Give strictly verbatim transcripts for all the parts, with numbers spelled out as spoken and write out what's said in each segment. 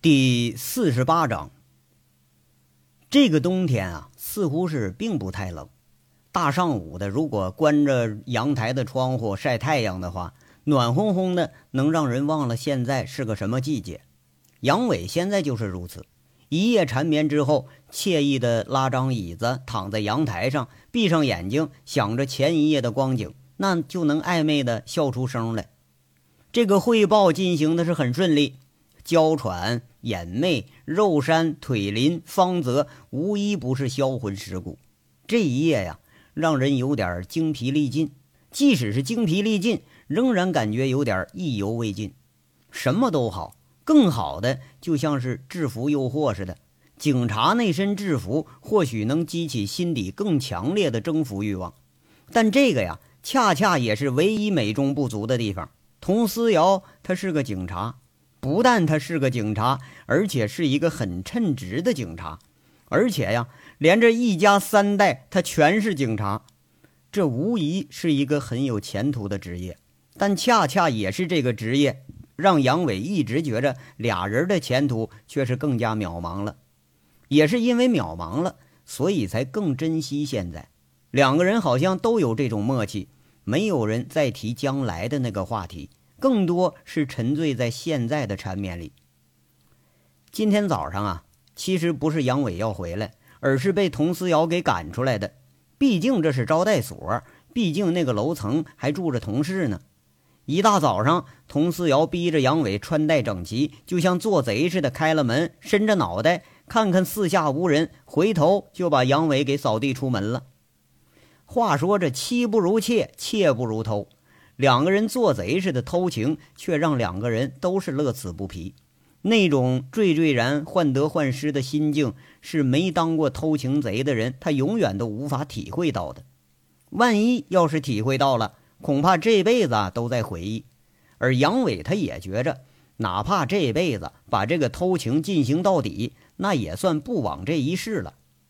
第四十八章。这个冬天啊，似乎是并不太冷。大上午的，如果关着阳台的窗户晒太阳的话，暖烘烘的，能让人忘了现在是个什么季节。杨伟现在就是如此，一夜缠绵之后，惬意的拉张椅子，躺在阳台上，闭上眼睛，想着前一夜的光景，那就能暧昧的笑出声来。这个汇报进行的是很顺利，娇喘、眼媚、肉山、腿淋、方泽，无一不是销魂蚀骨。这一夜呀，让人有点精疲力尽，即使是精疲力尽，仍然感觉有点意犹未尽。什么都好，更好的就像是制服诱惑似的，警察那身制服或许能激起心底更强烈的征服欲望，但这个呀，恰恰也是唯一美中不足的地方。佟思瑶他是个警察，不但他是个警察，而且是一个很称职的警察，而且呀，连这一家三代他全是警察，这无疑是一个很有前途的职业。但恰恰也是这个职业，让杨伟一直觉着俩人的前途却是更加渺茫了。也是因为渺茫了，所以才更珍惜现在。两个人好像都有这种默契，没有人再提将来的那个话题，更多是沉醉在现在的缠绵里。今天早上啊，其实不是杨伟要回来，而是被佟思瑶给赶出来的。毕竟这是招待所，毕竟那个楼层还住着同事呢。一大早上，佟思瑶逼着杨伟穿戴整齐，就像做贼似的开了门，伸着脑袋看看四下无人，回头就把杨伟给扫地出门了。话说这妻不如妾，妾不如偷，两个人做贼似的偷情，却让两个人都是乐此不疲。那种惴惴然患得患失的心境，是没当过偷情贼的人他永远都无法体会到的。万一要是体会到了，恐怕这辈子啊都在回忆。而杨伟他也觉着，哪怕这辈子把这个偷情进行到底，那也算不枉这一世了。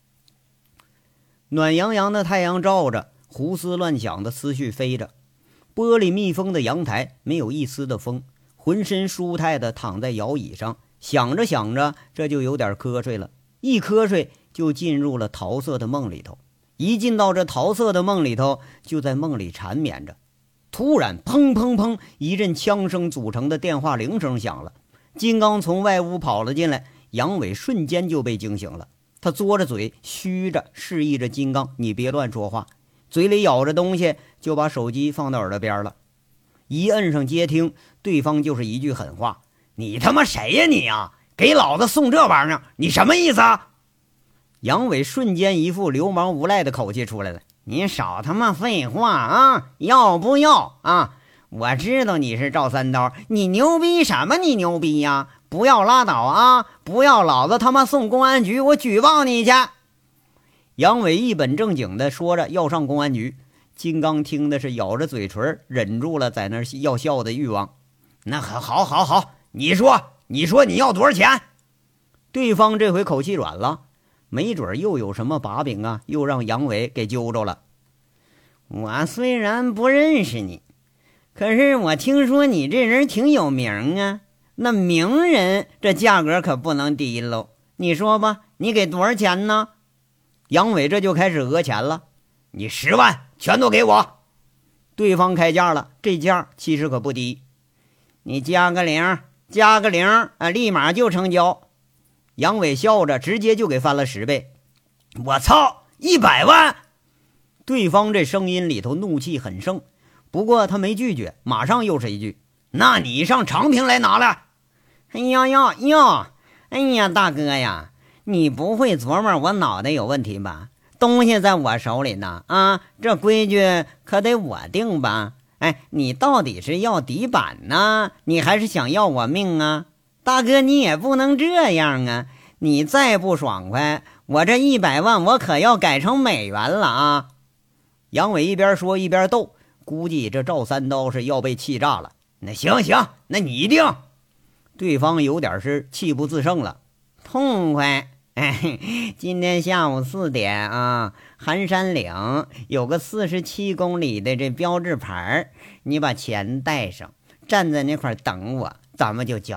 暖洋洋的太阳照着，胡思乱想的思绪飞着，玻璃密封的阳台没有一丝的风，浑身舒泰的躺在摇椅上，想着想着，这就有点瞌睡了，一瞌睡就进入了桃色的梦里头。一进到这桃色的梦里头，就在梦里缠绵着。突然砰砰砰，一阵枪声组成的电话铃声响了。金刚从外屋跑了进来，杨伟瞬间就被惊醒了。他嘬着嘴，虚着示意着金刚，你别乱说话，嘴里咬着东西，就把手机放到耳朵边了。一摁上接听，对方就是一句狠话：你他妈谁呀你啊，给老子送这玩意儿，你什么意思啊？杨伟瞬间一副流氓无赖的口气出来了：你少他妈废话啊，要不要啊？我知道你是赵三刀，你牛逼什么你牛逼呀？不要拉倒啊，不要老子他妈送公安局，我举报你去。杨伟一本正经的说着要上公安局。金刚听的是咬着嘴唇，忍住了在那要笑的欲望。那好好好好，你说你说你要多少钱？对方这回口气软了，没准又有什么把柄啊，又让杨伟给揪着了。我虽然不认识你，可是我听说你这人挺有名啊，那名人这价格可不能低喽。你说吧，你给多少钱呢？杨伟这就开始讹钱了。你十万全都给我。对方开价了，这价其实可不低。你加个零，加个零啊，立马就成交。杨伟笑着直接就给翻了十倍。我操，一百万！对方这声音里头怒气很盛，不过他没拒绝，马上又是一句：那你上长平来拿来。哎呀呀呀，哎呀大哥呀，你不会琢磨我脑袋有问题吧？东西在我手里呢啊，这规矩可得我定吧？哎，你到底是要底板呢，你还是想要我命啊？大哥你也不能这样啊，你再不爽快，我这一百万我可要改成美元了啊！杨伟一边说一边斗，估计这赵三刀是要被气炸了。那行行，那你定。对方有点是气不自胜了。痛快。哎，今天下午四点啊，寒山岭有个四十七公里的这标志牌，你把钱带上，站在那块等我，咱们就交易。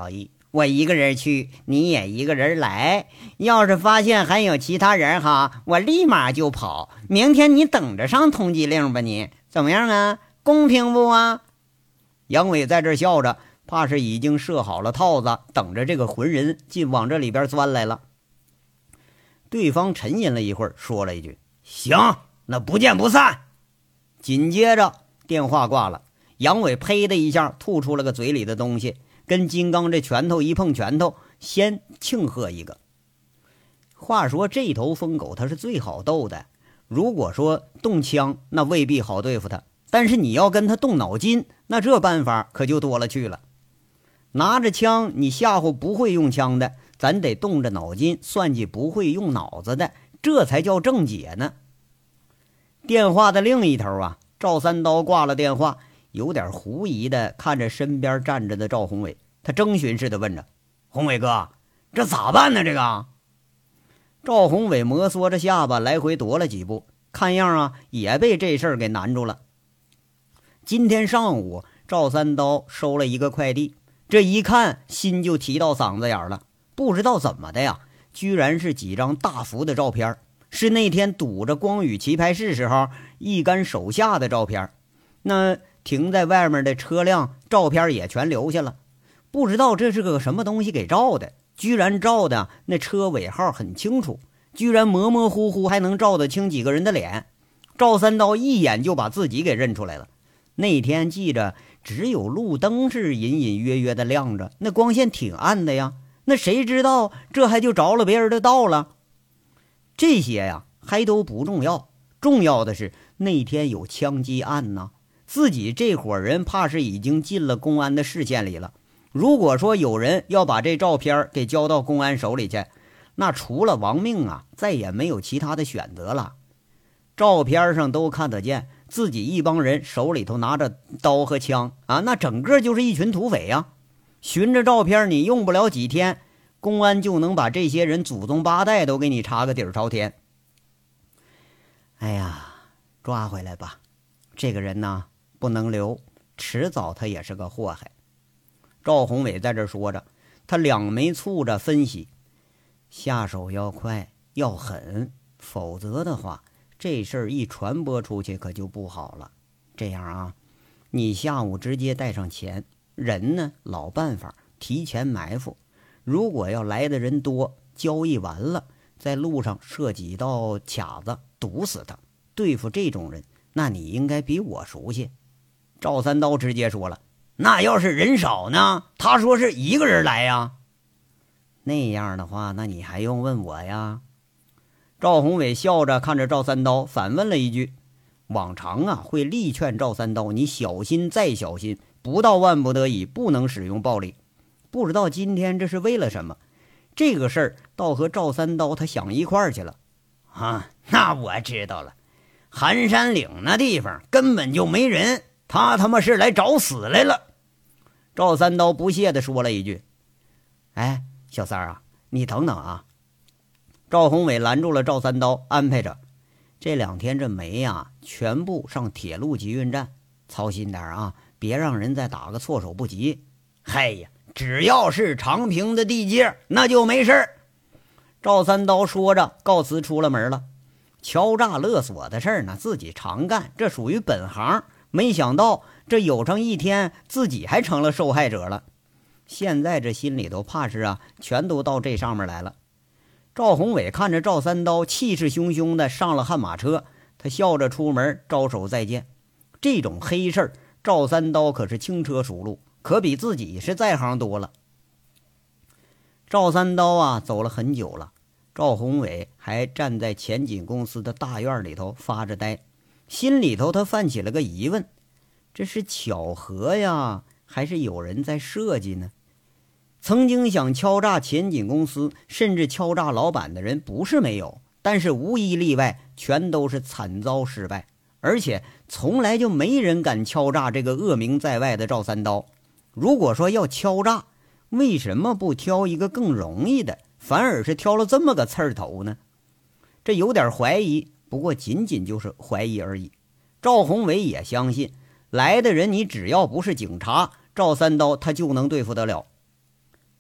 我一个人去，你也一个人来。要是发现还有其他人哈，我立马就跑。明天你等着上通缉令吧你，怎么样啊？公平不啊？”杨伟在这笑着，怕是已经设好了套子，等着这个浑人进往这里边钻来了。对方沉吟了一会儿，说了一句：“行，那不见不散。”紧接着电话挂了，杨伟呸的一下吐出了个嘴里的东西，跟金刚这拳头一碰拳头，先庆贺一个。话说这头疯狗他是最好斗的，如果说动枪那未必好对付他，但是你要跟他动脑筋，那这办法可就多了去了。拿着枪你吓唬不会用枪的，咱得动着脑筋算计不会用脑子的，这才叫正解呢。电话的另一头啊，赵三刀挂了电话，有点狐疑的看着身边站着的赵宏伟，他征询似的问着：“宏伟哥，这咋办呢？这个？”赵宏伟摩挲着下巴来回踱了几步，看样啊也被这事儿给难住了。今天上午赵三刀收了一个快递，这一看心就提到嗓子眼了，不知道怎么的呀，居然是几张大幅的照片，是那天堵着光宇棋牌室时候一干手下的照片。那停在外面的车辆照片也全留下了，不知道这是个什么东西给照的，居然照的那车尾号很清楚，居然模模糊糊还能照得清几个人的脸。赵三刀一眼就把自己给认出来了。那天记着只有路灯是隐隐约约的亮着，那光线挺暗的呀，那谁知道这还就着了别人的道了。这些呀还都不重要，重要的是那天有枪击案呢，自己这伙人怕是已经进了公安的视线里了。如果说有人要把这照片给交到公安手里去，那除了亡命啊再也没有其他的选择了。照片上都看得见自己一帮人手里头拿着刀和枪啊，那整个就是一群土匪呀。循着照片你用不了几天，公安就能把这些人祖宗八代都给你查个底儿朝天。哎呀，抓回来吧，这个人呢不能留，迟早他也是个祸害。赵宏伟在这说着，他两眉蹙着分析，下手要快要狠，否则的话这事儿一传播出去可就不好了。这样啊，你下午直接带上钱，人呢老办法，提前埋伏，如果要来的人多，交易完了在路上设几道卡子堵死他。对付这种人，那你应该比我熟悉。赵三刀直接说了，那要是人少呢？他说是一个人来呀。那样的话，那你还用问我呀？赵宏伟笑着看着赵三刀，反问了一句。往常啊会力劝赵三刀，你小心再小心，不到万不得已不能使用暴力。不知道今天这是为了什么？这个事儿倒和赵三刀他想一块儿去了啊。那我知道了，寒山岭那地方根本就没人，他他妈是来找死来了。赵三刀不屑地说了一句。哎，小三儿啊，你等等啊。赵宏伟拦住了赵三刀，安排着这两天这煤呀全部上铁路集运站，操心点啊，别让人再打个措手不及。嗨呀，只要是长平的地界那就没事。赵三刀说着告辞出了门了。敲诈勒索的事儿呢自己常干，这属于本行，没想到这有上一天自己还成了受害者了。现在这心里头怕是啊全都到这上面来了。赵宏伟看着赵三刀气势汹汹的上了悍马车，他笑着出门招手再见。这种黑事儿赵三刀可是轻车熟路，可比自己是在行多了。赵三刀啊走了很久了，赵宏伟还站在前景公司的大院里头发着呆，心里头他泛起了个疑问，这是巧合呀，还是有人在设计呢？曾经想敲诈前景公司甚至敲诈老板的人不是没有，但是无一例外全都是惨遭失败，而且从来就没人敢敲诈这个恶名在外的赵三刀。如果说要敲诈，为什么不挑一个更容易的，反而是挑了这么个刺儿头呢？这有点怀疑，不过仅仅就是怀疑而已。赵宏伟也相信来的人你只要不是警察，赵三刀他就能对付得了。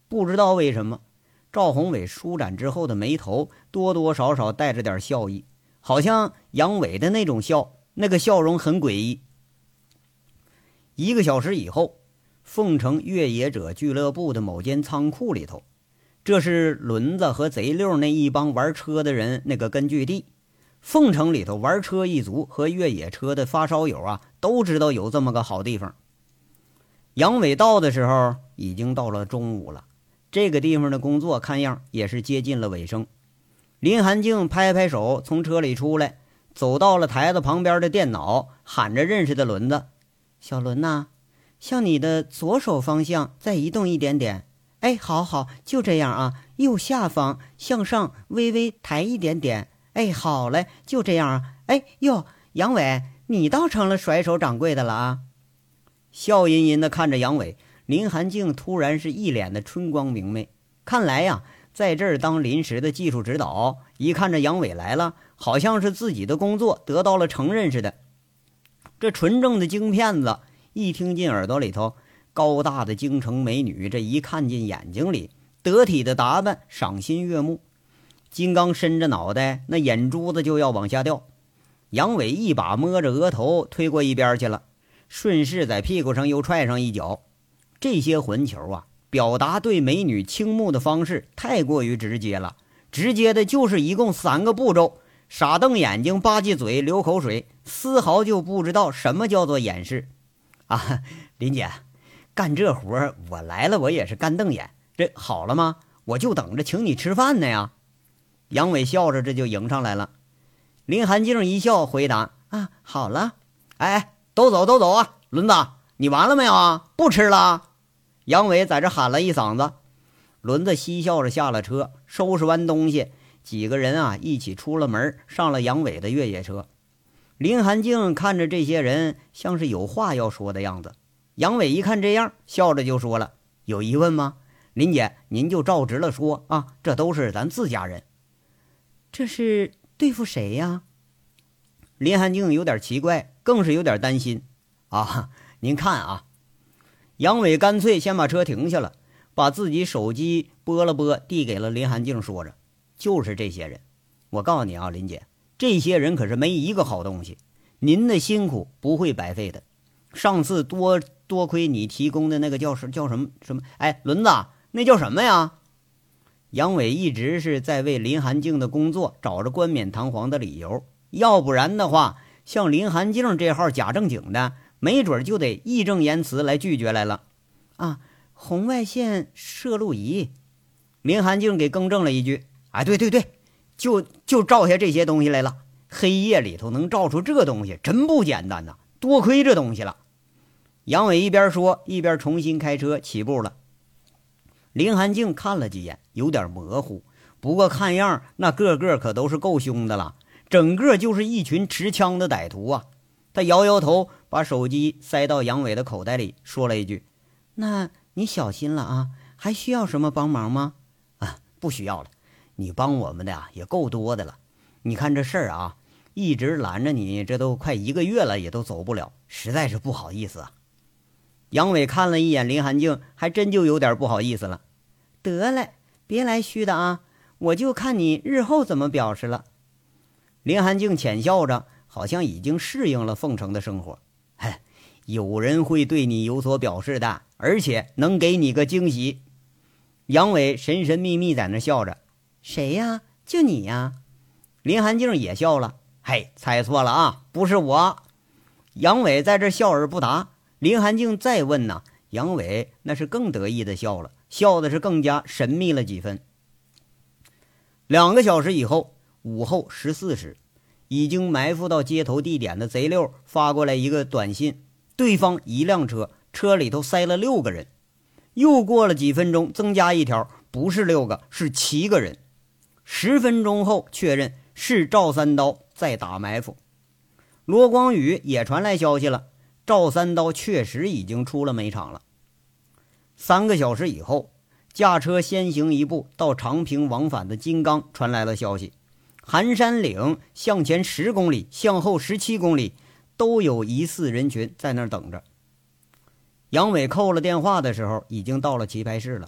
不知道为什么，赵宏伟舒展之后的眉头多多少少带着点笑意，好像杨伟的那种笑，那个笑容很诡异。一个小时以后，凤城越野者俱乐部的某间仓库里头，这是轮子和贼溜那一帮玩车的人那个根据地。凤城里头玩车一族和越野车的发烧友啊，都知道有这么个好地方。杨伟到的时候已经到了中午了，这个地方的工作看样也是接近了尾声。林寒静拍拍手从车里出来，走到了台子旁边的电脑，喊着认识的轮子：小轮呐，向你的左手方向再移动一点点。哎，好好，就这样啊，右下方向上微微抬一点点。哎，好嘞，就这样啊。哎哟，杨伟，你倒成了甩手掌柜的了啊。笑吟吟地看着杨伟，林寒静突然是一脸的春光明媚。看来呀，在这儿当临时的技术指导，一看着杨伟来了，好像是自己的工作得到了承认似的。这纯正的京片子一听进耳朵里头，高大的京城美女这一看进眼睛里，得体的打扮赏心悦目。金刚伸着脑袋，那眼珠子就要往下掉。杨伟一把摸着额头推过一边去了，顺势在屁股上又踹上一脚。这些混球啊，表达对美女倾慕的方式太过于直接了，直接的就是一共三个步骤：傻瞪眼睛、吧唧嘴、流口水，丝毫就不知道什么叫做掩饰啊。林姐，干这活我来了，我也是干瞪眼，这好了吗？我就等着请你吃饭呢呀。杨伟笑着这就迎上来了。林寒静一笑回答：啊，好了。哎，都走都走啊，轮子你完了没有啊？不吃了。杨伟在这喊了一嗓子。轮子嬉笑着下了车，收拾完东西，几个人啊一起出了门，上了杨伟的越野车。林寒静看着这些人像是有话要说的样子。杨伟一看这样，笑着就说了：有疑问吗？林姐您就照直了说啊，这都是咱自家人。这是对付谁呀？林寒静有点奇怪，更是有点担心。啊，您看啊。杨伟干脆先把车停下了，把自己手机拨了拨，递给了林寒静，说着：就是这些人。我告诉你啊，林姐，这些人可是没一个好东西，您的辛苦不会白费的。上次多多亏你提供的那个叫什叫什么什么，哎，轮子那叫什么呀？杨伟一直是在为林寒静的工作找着冠冕堂皇的理由，要不然的话，像林寒静这号假正经的，没准就得义正言辞来拒绝来了。啊，红外线摄录仪。林寒静给更正了一句：哎，对对对，就就照下这些东西来了。黑夜里头能照出这东西真不简单呐，多亏这东西了。杨伟一边说一边重新开车起步了。林寒静看了几眼，有点模糊，不过看样那个个可都是够凶的了，整个就是一群持枪的歹徒啊。他摇摇头，把手机塞到杨伟的口袋里，说了一句：那你小心了啊，还需要什么帮忙吗？啊，不需要了，你帮我们的呀也够多的了。你看这事儿啊，一直拦着你，这都快一个月了，也都走不了，实在是不好意思啊。杨伟看了一眼林寒静，还真就有点不好意思了。得嘞，别来虚的啊，我就看你日后怎么表示了。林寒静浅笑着，好像已经适应了凤城的生活。嘿，有人会对你有所表示的，而且能给你个惊喜。杨伟神神秘秘在那笑着。谁呀？就你呀。林寒静也笑了。嘿，猜错了啊，不是我。杨伟在这笑而不答。林寒静再问呢，杨伟那是更得意的笑了，笑的是更加神秘了几分。两个小时以后，午后十四时，已经埋伏到接头地点的贼溜发过来一个短信，对方一辆车，车里头塞了六个人。又过了几分钟，增加一条，不是六个，是七个人。十分钟后确认是赵三刀在打埋伏。罗光宇也传来消息了，赵三刀确实已经出了煤场了。三个小时以后，驾车先行一步到长平往返的金刚传来了消息，寒山岭向前十公里，向后十七公里，都有疑似人群在那儿等着。杨伟扣了电话的时候，已经到了棋牌室了。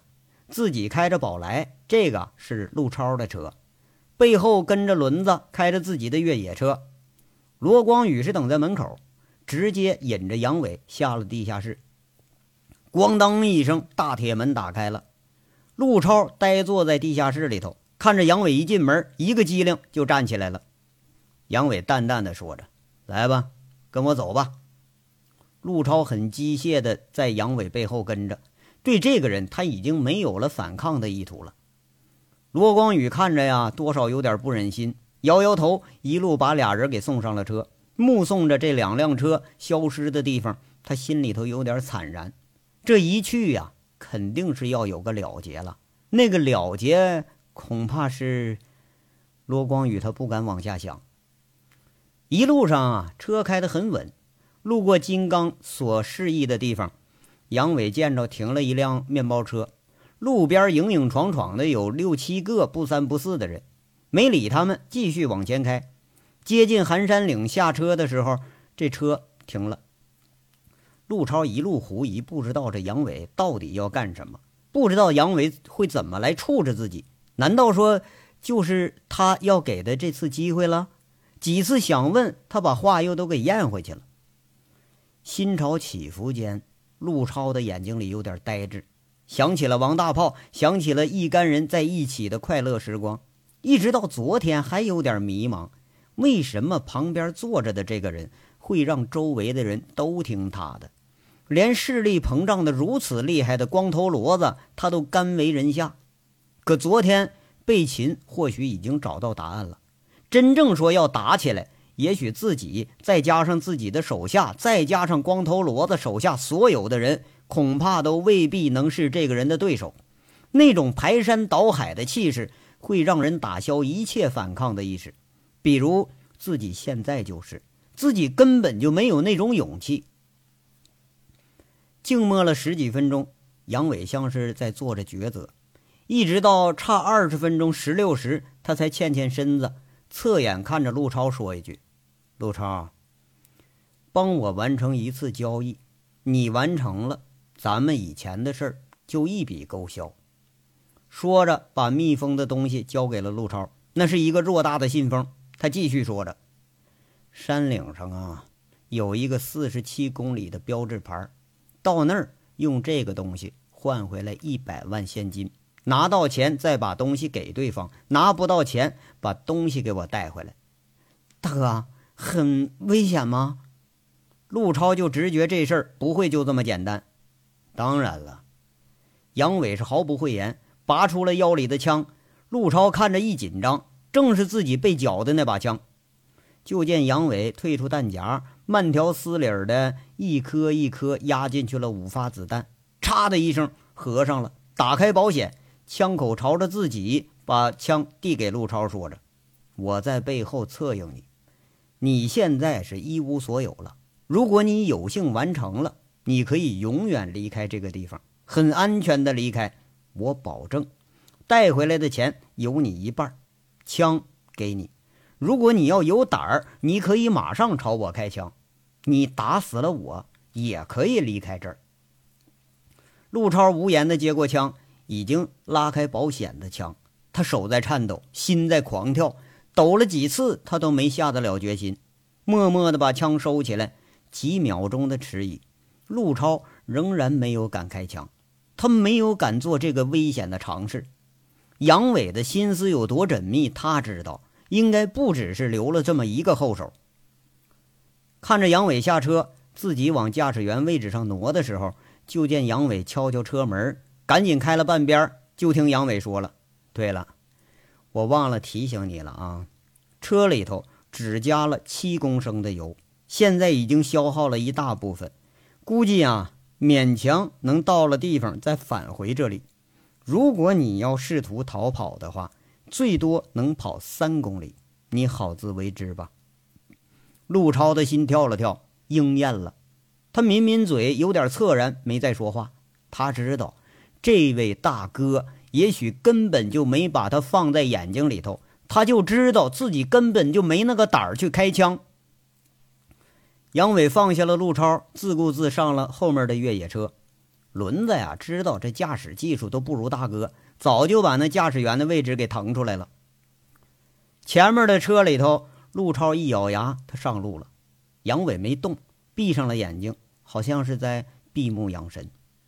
自己开着宝来，这个是陆超的车，背后跟着轮子开着自己的越野车。罗光宇是等在门口，直接引着杨伟下了地下室。咣当一声，大铁门打开了。陆超呆坐在地下室里头，看着杨伟一进门，一个机灵就站起来了。杨伟淡淡的说着：“来吧，跟我走吧。”陆超很机械的在杨伟背后跟着，对这个人他已经没有了反抗的意图了。罗光宇看着呀，多少有点不忍心，摇摇头，一路把俩人给送上了车。目送着这两辆车消失的地方，他心里头有点惨然。这一去呀，肯定是要有个了结了。那个了结恐怕是……罗光宇他不敢往下想。一路上啊，车开得很稳。路过金刚所示意的地方，杨伟见着停了一辆面包车，路边影影闯闯的有六七个不三不四的人，没理他们，继续往前开。接近寒山岭下车的时候，这车停了。陆超一路狐疑，不知道这杨伟到底要干什么，不知道杨伟会怎么来处置自己。难道说就是他要给的这次机会了？几次想问，他把话又都给咽回去了。心潮起伏间，陆超的眼睛里有点呆滞，想起了王大炮，想起了一干人在一起的快乐时光，一直到昨天还有点迷茫，为什么旁边坐着的这个人会让周围的人都听他的？连势力膨胀的如此厉害的光头骡子他都甘为人下。可昨天贝琴或许已经找到答案了，真正说要打起来，也许自己再加上自己的手下，再加上光头骡子手下所有的人，恐怕都未必能是这个人的对手。那种排山倒海的气势会让人打消一切反抗的意识，比如自己现在就是自己根本就没有那种勇气。静默了十几分钟，杨伟像是在做着抉择，一直到差二十分钟十六时，他才欠欠身子，侧眼看着陆超说一句：“陆超，帮我完成一次交易，你完成了，咱们以前的事儿就一笔勾销。”说着把密封的东西交给了陆超，那是一个偌大的信封。他继续说着：“山岭上啊，有一个四十七公里的标志牌，到那儿用这个东西换回来一百万现金，拿到钱再把东西给对方，拿不到钱把东西给我带回来。”大哥，很危险吗？陆超就直觉这事儿不会就这么简单。当然了，杨伟是毫不讳言，拔出了腰里的枪。陆超看着一紧张，正是自己被缴的那把枪。就见杨伟退出弹夹，慢条斯理的一颗一颗压进去了五发子弹，嚓的一声合上了，打开保险，枪口朝着自己，把枪递给陆超，说着：“我在背后策应你，你现在是一无所有了，如果你有幸完成了，你可以永远离开这个地方，很安全的离开，我保证带回来的钱有你一半，枪给你，如果你要有胆儿，你可以马上朝我开枪，你打死了我也可以离开这儿。”陆超无言的接过枪，已经拉开保险的枪，他手在颤抖，心在狂跳，抖了几次他都没下得了决心，默默的把枪收起来。几秒钟的迟疑，陆超仍然没有敢开枪，他没有敢做这个危险的尝试。杨伟的心思有多缜密，他知道应该不只是留了这么一个后手。看着杨伟下车，自己往驾驶员位置上挪的时候，就见杨伟敲敲车门，赶紧开了半边。就听杨伟说了：“对了，我忘了提醒你了啊，车里头只加了七公升的油，现在已经消耗了一大部分，估计啊勉强能到了地方再返回这里。如果你要试图逃跑的话，最多能跑三公里，你好自为之吧。”陆超的心跳了跳，应验了。他抿抿嘴，有点恻然，没再说话。他知道这位大哥也许根本就没把他放在眼睛里头，他就知道自己根本就没那个胆儿去开枪。杨伟放下了陆超，自顾自上了后面的越野车。 轮子呀，知道这驾驶技术都不如大哥，早就把那驾驶员的位置给腾出来了。前面的车里头，陆超一咬牙，他上路了。杨伟没动，闭上了眼睛，好像是在闭目养神。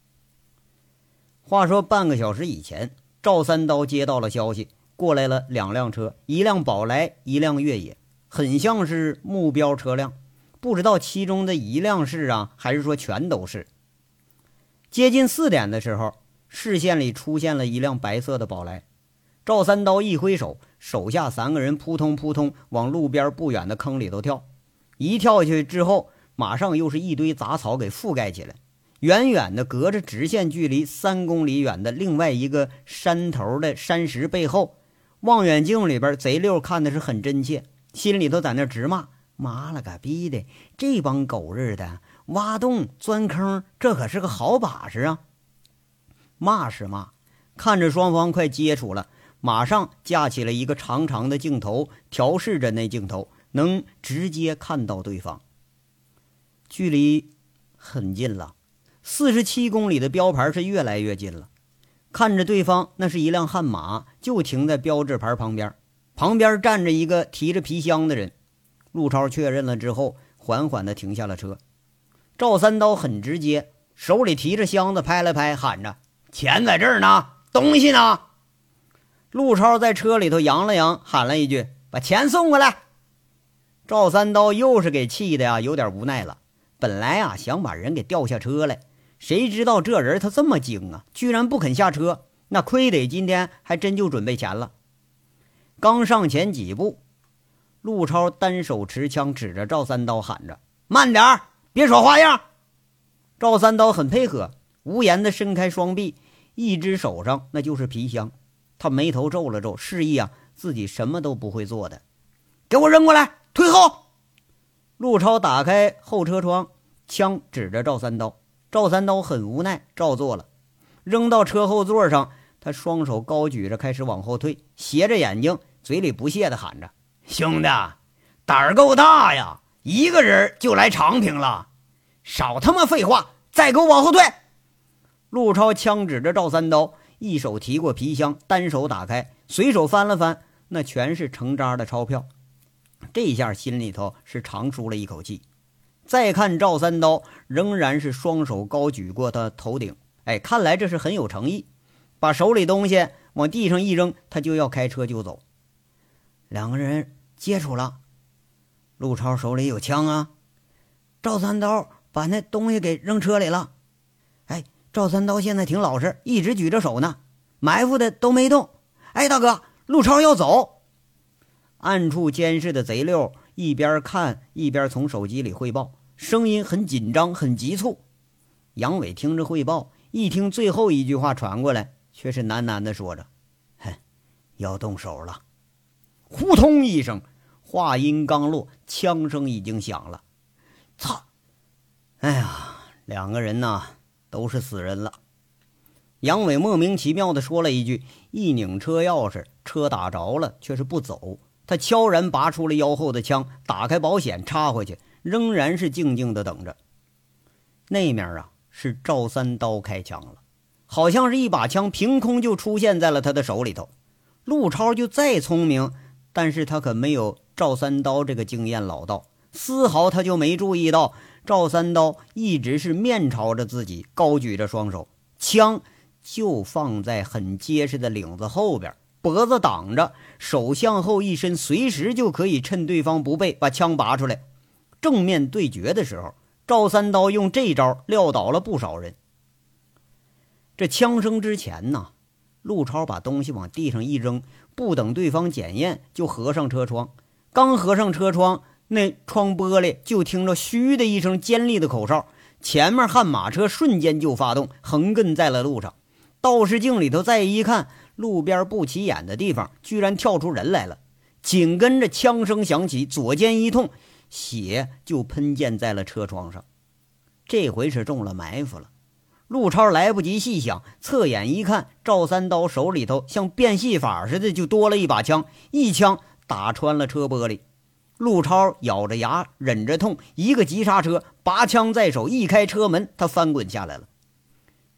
话说半个小时以前，赵三刀接到了消息，过来了两辆车，一辆宝来，一辆越野，很像是目标车辆，不知道其中的一辆是啊，还是说全都是。接近四点的时候，视线里出现了一辆白色的宝来。赵三刀一挥手，手下三个人扑通扑通往路边不远的坑里头跳。一跳下去之后，马上又是一堆杂草给覆盖起来。远远的隔着直线距离三公里远的另外一个山头的山石背后，望远镜里边贼溜看的是很真切，心里头在那直骂：妈了个逼的，这帮狗日的挖洞钻坑，这可是个好把式啊！骂是骂，看着双方快接触了，马上架起了一个长长的镜头，调试着那镜头能直接看到对方。距离很近了，四十七公里的标牌是越来越近了。看着对方，那是一辆悍马，就停在标志牌旁边，旁边站着一个提着皮箱的人。陆超确认了之后，缓缓地停下了车。赵三刀很直接，手里提着箱子拍了拍，喊着：钱在这儿呢，东西呢？陆超在车里头扬了扬，喊了一句：把钱送过来。赵三刀又是给气的呀，有点无奈了。本来啊想把人给吊下车来，谁知道这人他这么精啊，居然不肯下车，那亏得今天还真就准备钱了。刚上前几步，陆超单手持枪指着赵三刀喊着：慢点儿，别耍花样。赵三刀很配合，无言的伸开双臂，一只手上那就是皮箱。他眉头皱了皱，示意啊自己什么都不会做的。给我扔过来，退后。陆超打开后车窗，枪指着赵三刀。赵三刀很无奈，照做了。扔到车后座上，他双手高举着开始往后退，斜着眼睛，嘴里不屑地喊着：兄弟，胆儿够大呀，一个人就来长平了，少他妈废话，再给我往后退。陆超枪指着赵三刀，一手提过皮箱，单手打开，随手翻了翻，那全是成扎的钞票。这下心里头是长舒了一口气。再看赵三刀，仍然是双手高举过他头顶，哎，看来这是很有诚意。把手里东西往地上一扔，他就要开车就走。两个人接触了，陆超手里有枪啊。赵三刀把那东西给扔车里了。哎，赵三刀现在挺老实，一直举着手呢，埋伏的都没动。哎，大哥，陆超要走。暗处监视的贼溜一边看一边从手机里汇报，声音很紧张很急促。杨伟听着汇报，一听最后一句话传过来，却是喃喃地说着：哼，要动手了。呼通一声，话音刚落，枪声已经响了。操！哎呀，两个人呐都是死人了。杨伟莫名其妙地说了一句，一拧车钥匙，车打着了，却是不走。他悄然拔出了腰后的枪，打开保险插回去，仍然是静静地等着。那面啊是赵三刀开枪了，好像是一把枪凭空就出现在了他的手里头。陆超就再聪明，但是他可没有赵三刀这个经验老道，丝毫他就没注意到赵三刀一直是面朝着自己，高举着双手，枪就放在很结实的领子后边，脖子挡着，手向后一伸，随时就可以趁对方不备把枪拔出来。正面对决的时候，赵三刀用这招撂倒了不少人。这枪声之前呢，陆超把东西往地上一扔，不等对方检验就合上车窗。刚合上车窗，那窗玻璃就听着嘘的一声尖利的口哨，前面悍马车瞬间就发动，横亘在了路上。倒视镜里头再一看，路边不起眼的地方居然跳出人来了。紧跟着枪声响起，左肩一痛，血就喷溅在了车窗上。这回是中了埋伏了。陆超来不及细想，侧眼一看，赵三刀手里头像变戏法似的就多了一把枪，一枪打穿了车玻璃。陆超咬着牙忍着痛，一个急刹车，拔枪在手，一开车门，他翻滚下来了。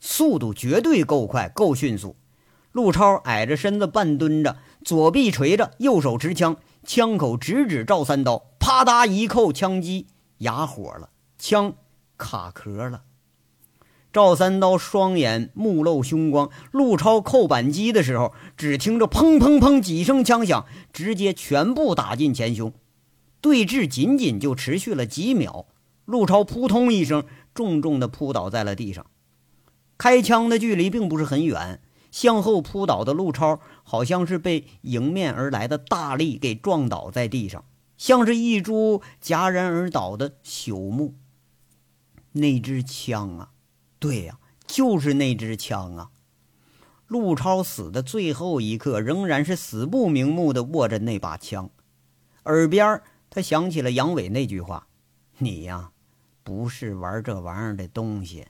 速度绝对够快够迅速。陆超矮着身子半蹲着，左臂垂着，右手持枪，枪口直指赵三刀，啪嗒一扣枪击，哑火了，枪卡壳了。赵三刀双眼目露凶光，陆超扣扳机的时候，只听着砰砰砰几声枪响，直接全部打进前胸。对峙仅仅就持续了几秒，陆超扑通一声重重地扑倒在了地上。开枪的距离并不是很远，向后扑倒的陆超好像是被迎面而来的大力给撞倒在地上，像是一株戛然而倒的朽木。那支枪啊，对呀、啊，就是那支枪啊！陆超死的最后一刻，仍然是死不瞑目地握着那把枪，耳边他想起了杨伟那句话：“你呀，不是玩这玩意儿的东西。”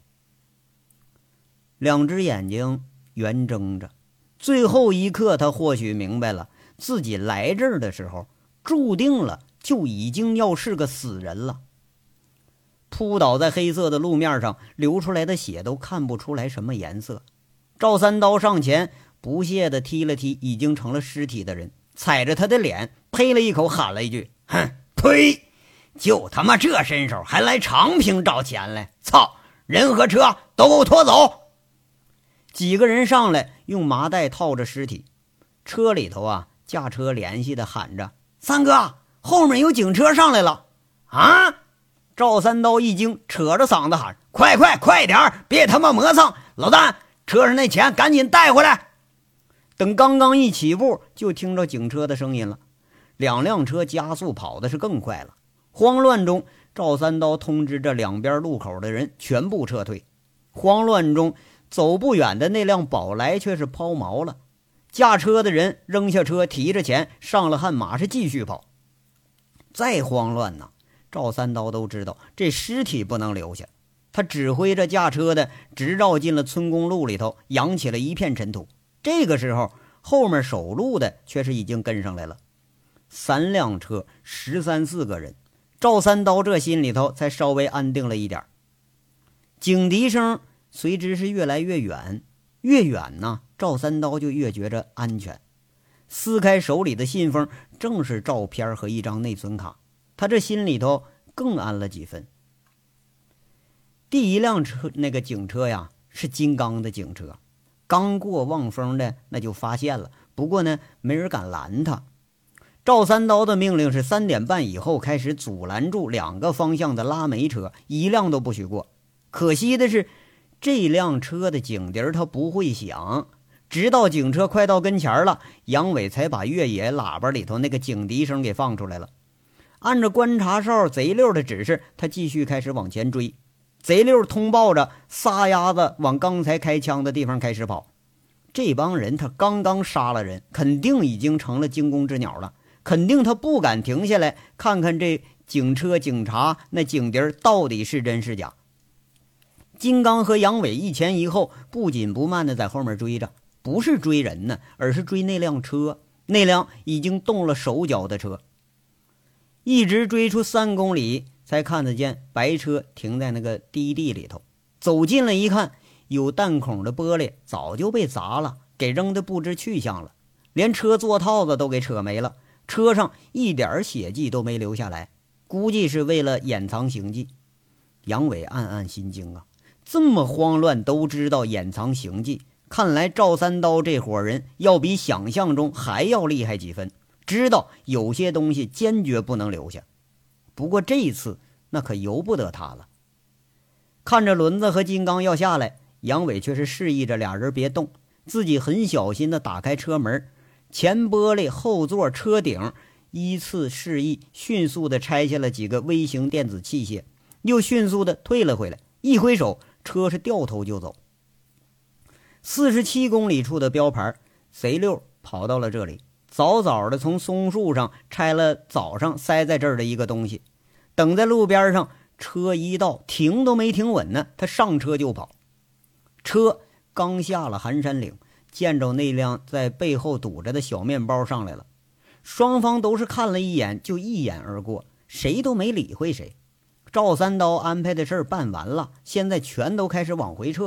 两只眼睛圆睁着，最后一刻他或许明白了，自己来这儿的时候注定了就已经要是个死人了。扑倒在黑色的路面上，流出来的血都看不出来什么颜色。赵三刀上前不屑地踢了踢已经成了尸体的人，踩着他的脸呸了一口，喊了一句：“哼，呸！就他妈这身手还来长平找钱来，操！人和车都给我拖走！”几个人上来用麻袋套着尸体，车里头啊，驾车联系的喊着：“三哥，后面有警车上来了！”啊！赵三刀一惊，扯着嗓子喊：“快快快点，别他妈磨蹭！老大，车上那钱赶紧带回来！”等刚刚一起步，就听着警车的声音了，两辆车加速跑的是更快了。慌乱中，赵三刀通知着两边路口的人全部撤退。慌乱中，走不远的那辆宝来却是抛锚了，驾车的人扔下车，提着钱上了悍马，是继续跑。再慌乱呢，赵三刀都知道这尸体不能留下，他指挥着驾车的直绕进了村公路里头，扬起了一片尘土。这个时候，后面守路的却是已经跟上来了，三辆车，十三四个人。赵三刀这心里头才稍微安定了一点。警笛声随之是越来越远，越远呢，赵三刀就越觉着安全。撕开手里的信封，正是照片和一张内存卡，他这心里头更安了几分。第一辆车，那个警车呀，是金刚的警车，刚过望风的那就发现了，不过呢，没人敢拦他。赵三刀的命令是三点半以后开始阻拦住两个方向的拉煤车，一辆都不许过。可惜的是，这辆车的警笛他不会响，直到警车快到跟前了，杨伟才把越野喇叭里头那个警笛声给放出来了。按照观察哨贼溜的指示，他继续开始往前追。贼溜通报着，撒丫子往刚才开枪的地方开始跑。这帮人他刚刚杀了人，肯定已经成了惊弓之鸟了，肯定他不敢停下来看看这警车警察那警笛到底是真是假。金刚和杨伟一前一后，不紧不慢的在后面追着，不是追人呢，而是追那辆车，那辆已经动了手脚的车。一直追出三公里，才看得见白车停在那个低地里头。走近了一看，有弹孔的玻璃早就被砸了，给扔得不知去向了，连车座套子都给扯没了，车上一点血迹都没留下来，估计是为了掩藏行迹。杨伟暗暗心惊啊，这么慌乱都知道掩藏行迹，看来赵三刀这伙人要比想象中还要厉害几分，知道有些东西坚决不能留下。不过这一次那可由不得他了。看着轮子和金刚要下来，杨伟却是示意着俩人别动，自己很小心地打开车门，前玻璃、后座、车顶依次示意，迅速地拆下了几个微型电子器械，又迅速地退了回来，一挥手，车是掉头就走。四十七公里处的标牌，贼溜跑到了这里，早早的从松树上拆了早上塞在这儿的一个东西，等在路边上，车一到，停都没停稳呢，他上车就跑。车刚下了寒山岭，见着那辆在背后堵着的小面包上来了，双方都是看了一眼就一眼而过，谁都没理会谁。赵三刀安排的事儿办完了，现在全都开始往回撤，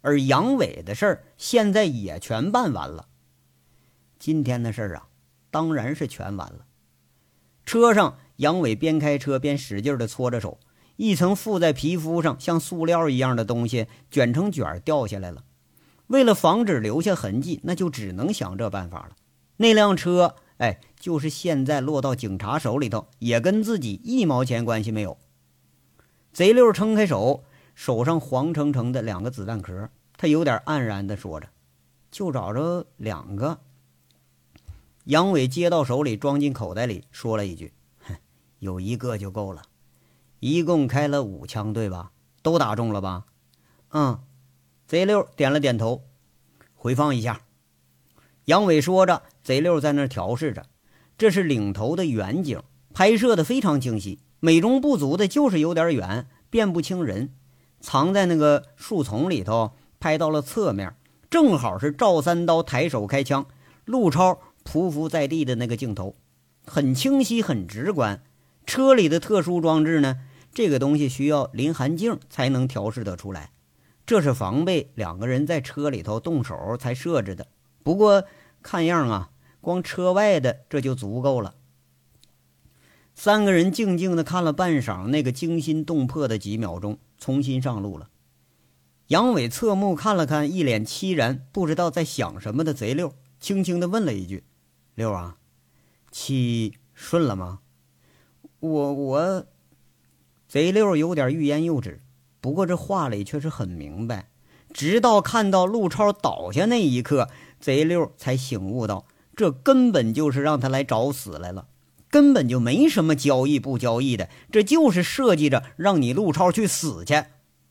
而杨伟的事儿现在也全办完了。今天的事儿啊，当然是全完了。车上，杨伟边开车边使劲地搓着手，一层附在皮肤上像塑料一样的东西卷成卷掉下来了。为了防止留下痕迹，那就只能想这办法了。那辆车，哎，就是现在落到警察手里头，也跟自己一毛钱关系没有。贼溜撑开手，手上黄澄澄的两个子弹壳，他有点黯然地说着：“就找着两个。”杨伟接到手里，装进口袋里，说了一句：“哼，有一个就够了。一共开了五枪，对吧？都打中了吧？”“嗯。”贼溜点了点头。“回放一下。”杨伟说着，贼溜在那儿调试着。这是领头的远景，拍摄的非常清晰，美中不足的就是有点远，辨不清人。藏在那个树丛里头，拍到了侧面，正好是赵三刀抬手开枪，陆超匍匐在地的那个镜头，很清晰很直观。车里的特殊装置呢，这个东西需要临寒镜才能调试得出来，这是防备两个人在车里头动手才设置的。不过看样啊，光车外的这就足够了。三个人静静地看了半晌那个惊心动魄的几秒钟，重新上路了。杨伟侧目看了看一脸凄然不知道在想什么的贼溜，轻轻地问了一句：“六啊，气顺了吗？”我我贼溜有点欲言又止，不过这话里却是很明白。直到看到陆超倒下那一刻，贼溜才醒悟到，这根本就是让他来找死来了，根本就没什么交易不交易的，这就是设计着让你陆超去死去。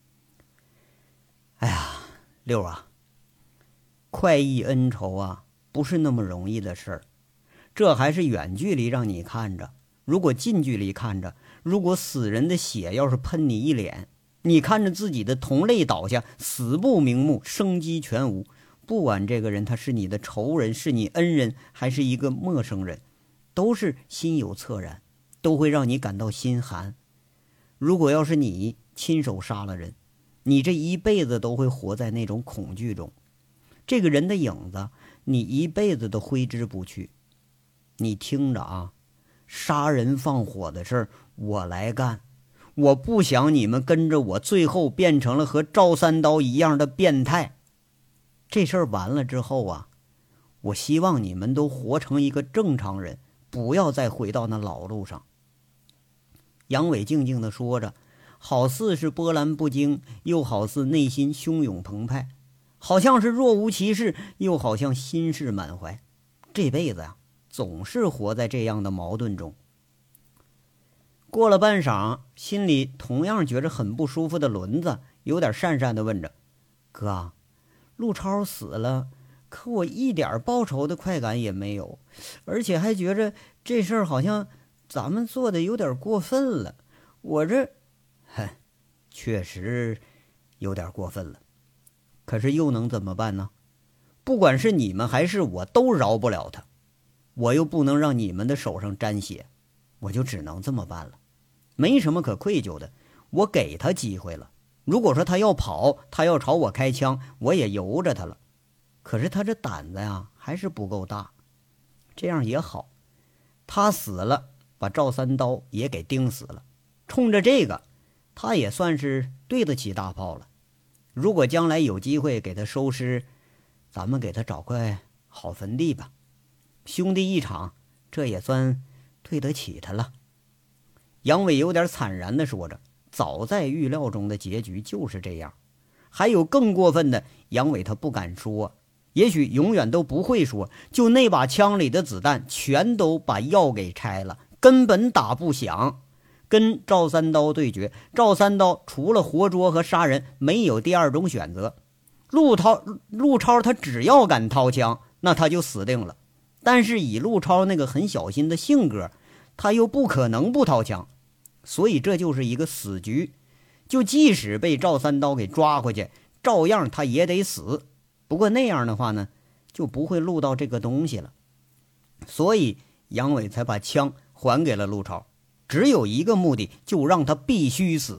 哎呀，六啊，快意恩仇啊，不是那么容易的事儿。这还是远距离让你看着，如果近距离看着，如果死人的血要是喷你一脸，你看着自己的同类倒下，死不瞑目，生机全无，不管这个人他是你的仇人，是你恩人，还是一个陌生人，都是心有恻然，都会让你感到心寒。如果要是你亲手杀了人，你这一辈子都会活在那种恐惧中，这个人的影子你一辈子都挥之不去。你听着啊，杀人放火的事儿我来干，我不想你们跟着我最后变成了和赵三刀一样的变态。这事儿完了之后啊，我希望你们都活成一个正常人，不要再回到那老路上。杨伟静静地说着，好似是波澜不惊，又好似内心汹涌澎湃，好像是若无其事，又好像心事满怀。这辈子呀、啊，总是活在这样的矛盾中。过了半晌，心里同样觉着很不舒服的轮子有点讪讪地问着：“哥，陆超死了，可我一点报仇的快感也没有，而且还觉着这事儿好像咱们做的有点过分了。我这……哼，确实有点过分了，可是又能怎么办呢？不管是你们还是我，都饶不了他，我又不能让你们的手上沾血，我就只能这么办了。没什么可愧疚的，我给他机会了。如果说他要跑，他要朝我开枪，我也由着他了。可是他这胆子呀，还是不够大。这样也好，他死了，把赵三刀也给钉死了。冲着这个，他也算是对得起大炮了。如果将来有机会给他收尸，咱们给他找块好坟地吧。兄弟一场，这也算对得起他了。杨伟有点惨然地说着，早在预料中的结局就是这样。还有更过分的，杨伟他不敢说，也许永远都不会说，就那把枪里的子弹全都把药给拆了，根本打不响。跟赵三刀对决，赵三刀除了活捉和杀人，没有第二种选择。陆超陆超他只要敢掏枪，那他就死定了。但是以陆超那个很小心的性格，他又不可能不掏枪，所以这就是一个死局。就即使被赵三刀给抓回去，照样他也得死。不过那样的话呢，就不会录到这个东西了。所以杨伟才把枪还给了陆超，只有一个目的，就让他必须死，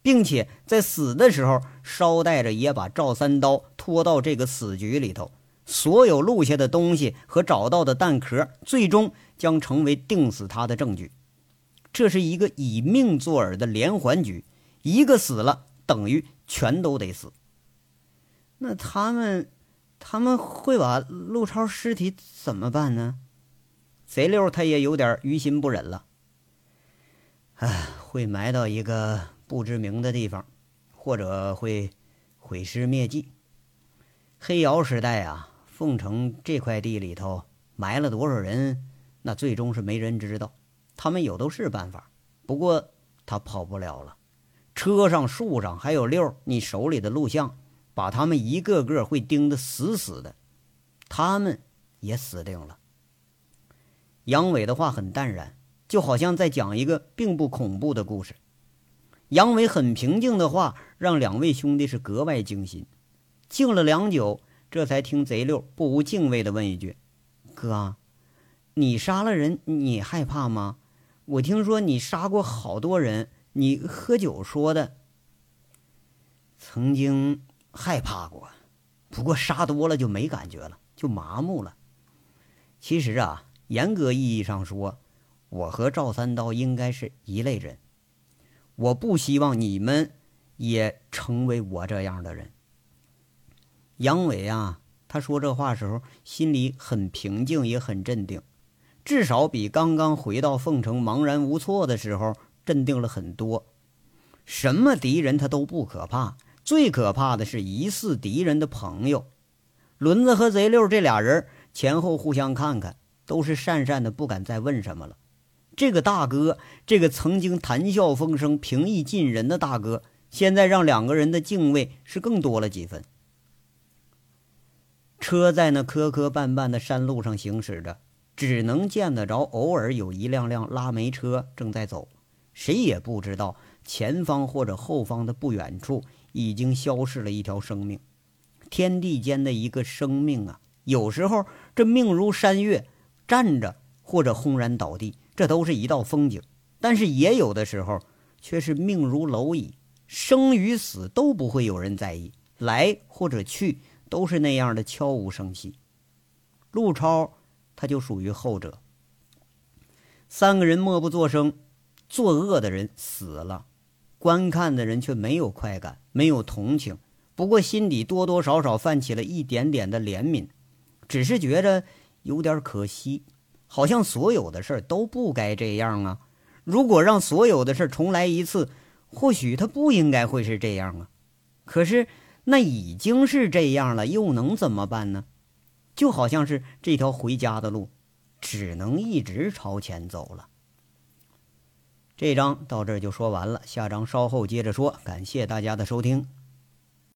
并且在死的时候捎带着也把赵三刀拖到这个死局里头，所有录下的东西和找到的弹壳最终将成为定死他的证据。这是一个以命作饵的连环局，一个死了等于全都得死。那他们他们会把陆超尸体怎么办呢？贼六他也有点于心不忍了。唉，会埋到一个不知名的地方，或者会毁尸灭迹。黑窑时代啊，凤城这块地里头埋了多少人，那最终是没人知道。他们有都是办法，不过他跑不了了。车上树上还有六你手里的录像，把他们一个个会盯得死死的，他们也死定了。杨伟的话很淡然，就好像在讲一个并不恐怖的故事。杨伟很平静的话让两位兄弟是格外惊心。静了良久，这才听贼六不无敬畏地问一句：哥，你杀了人你害怕吗？我听说你杀过好多人，你喝酒说的。曾经害怕过，不过杀多了就没感觉了，就麻木了。其实啊，严格意义上说，我和赵三刀应该是一类人。我不希望你们也成为我这样的人。杨伟啊，他说这话时候心里很平静也很镇定，至少比刚刚回到凤城茫然无措的时候镇定了很多。什么敌人他都不可怕，最可怕的是疑似敌人的朋友。轮子和贼六这俩人前后互相看看，都是讪讪的不敢再问什么了。这个大哥，这个曾经谈笑风生平易近人的大哥，现在让两个人的敬畏是更多了几分。车在那磕磕绊绊的山路上行驶着，只能见得着偶尔有一辆辆拉煤车正在走，谁也不知道前方或者后方的不远处已经消逝了一条生命。天地间的一个生命啊，有时候这命如山岳，站着或者轰然倒地，这都是一道风景。但是也有的时候却是命如蝼蚁，生与死都不会有人在意，来或者去都是那样的悄无声息。陆超他就属于后者。三个人默不作声，作恶的人死了，观看的人却没有快感，没有同情，不过心底多多少少泛起了一点点的怜悯，只是觉着有点可惜，好像所有的事都不该这样啊。如果让所有的事重来一次，或许他不应该会是这样啊。可是那已经是这样了，又能怎么办呢？就好像是这条回家的路，只能一直朝前走了。这章到这儿就说完了，下章稍后接着说。感谢大家的收听。